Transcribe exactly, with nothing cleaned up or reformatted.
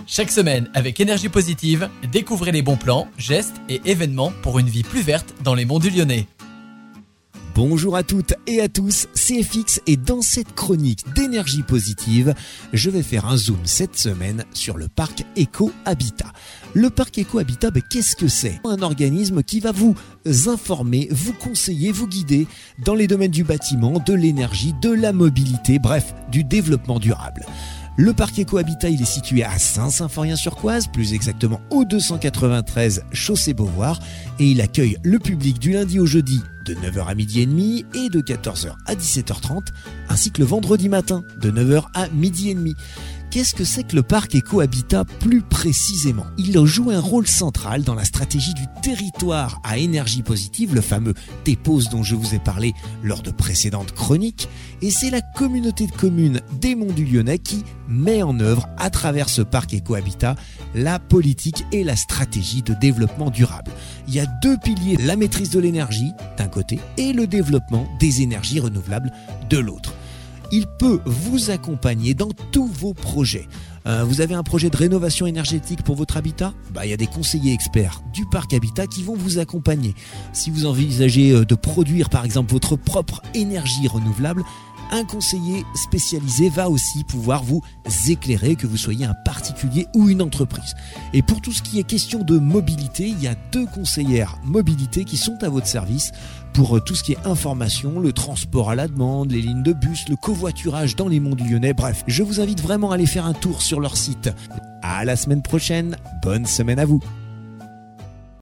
Chaque semaine, avec Énergie Positive, découvrez les bons plans, gestes et événements pour une vie plus verte dans les monts du Lyonnais. Bonjour à toutes et à tous, c'est F X et dans cette chronique d'Énergie Positive, je vais faire un zoom cette semaine sur le parc Eco-Habitat. Le parc Eco-Habitat, ben, qu'est-ce que c'est ? Un organisme qui va vous informer, vous conseiller, vous guider dans les domaines du bâtiment, de l'énergie, de la mobilité, bref, du développement durable. Le parc Eco-Habitat, il est situé à Saint-Symphorien-sur-Coise, plus exactement au deux cent quatre-vingt-treize chaussée Beauvoir, et il accueille le public du lundi au jeudi de neuf heures à midi et demi et de quatorze heures à dix-sept heures trente, ainsi que le vendredi matin de neuf heures à midi et demi. Qu'est-ce que c'est que le parc Eco-Habitat plus précisément ? Il joue un rôle central dans la stratégie du territoire à énergie positive, le fameux T P O S dont je vous ai parlé lors de précédentes chroniques, et c'est la communauté de communes des Monts du Lyonnais qui met en œuvre à travers ce parc Eco-Habitat la politique et la stratégie de développement durable. Il y a deux piliers, la maîtrise de l'énergie d'un côté et le développement des énergies renouvelables de l'autre. Il peut vous accompagner dans tous vos projets. Euh, vous avez un projet de rénovation énergétique pour votre habitat ? Bah, il y a des conseillers experts du parc Habitat qui vont vous accompagner. Si vous envisagez de produire par exemple votre propre énergie renouvelable, un conseiller spécialisé va aussi pouvoir vous éclairer, que vous soyez un particulier ou une entreprise. Et pour tout ce qui est question de mobilité, il y a deux conseillères mobilité qui sont à votre service pour tout ce qui est information, le transport à la demande, les lignes de bus, le covoiturage dans les Monts du Lyonnais. Bref, je vous invite vraiment à aller faire un tour sur leur site. À la semaine prochaine, bonne semaine à vous.